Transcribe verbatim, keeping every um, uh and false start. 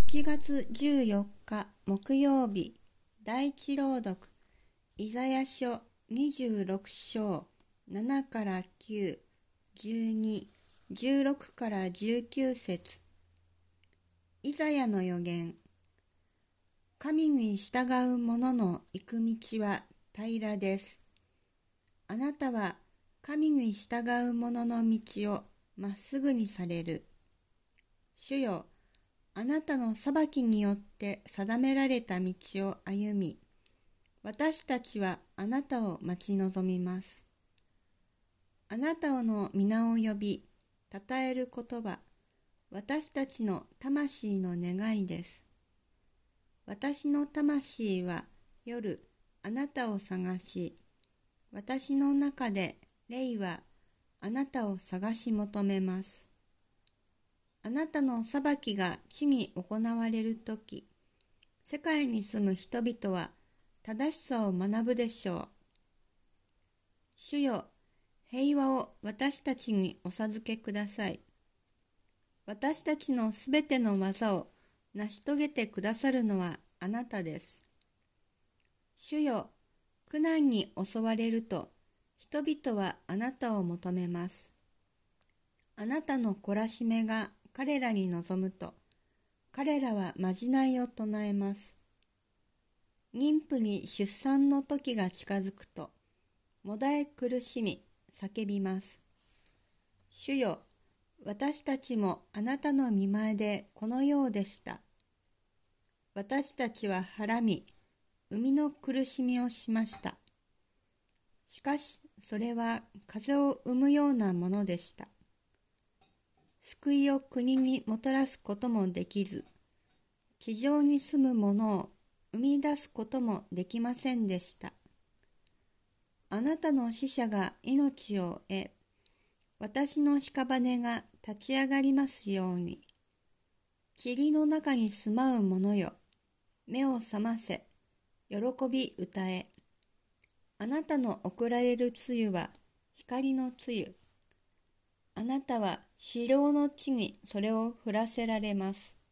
しちがつじゅうよっか木曜日、第一朗読、イザヤ書にじゅうろく章ななからきゅう、じゅうに、じゅうろくからじゅうきゅう節。イザヤの預言。神に従う者の行く道は平らです。あなたは神に従う者の道をまっすぐにされる。主よ、あなたの裁きによって定められた道を歩み、私たちはあなたを待ち望みます。あなたの皆を呼び、たたえる言葉、私たちの魂の願いです。私の魂は夜、あなたを探し、私の中で霊はあなたを探し求めます。あなたの裁きが地に行われるとき、世界に住む人々は正しさを学ぶでしょう。主よ、平和を私たちにお授けください。私たちのすべての技を成し遂げてくださるのはあなたです。主よ、苦難に襲われると、人々はあなたを求めます。あなたの懲らしめが彼らに望むと、彼らはまじないを唱えます。妊婦に出産の時が近づくと、もだえ苦しみ、叫びます。主よ、私たちもあなたの御前でこのようでした。私たちははらみ、生みの苦しみをしました。しかし、それは風を生むようなものでした。救いを国にもたらすこともできず、地上に住むものを生み出すこともできませんでした。あなたの使者が命を得、私の屍が立ち上がりますように。塵の中に住まう者よ、目を覚ませ、喜び歌え。あなたの送られる露は光の露。あなたは死亡の地にそれを降らせられます。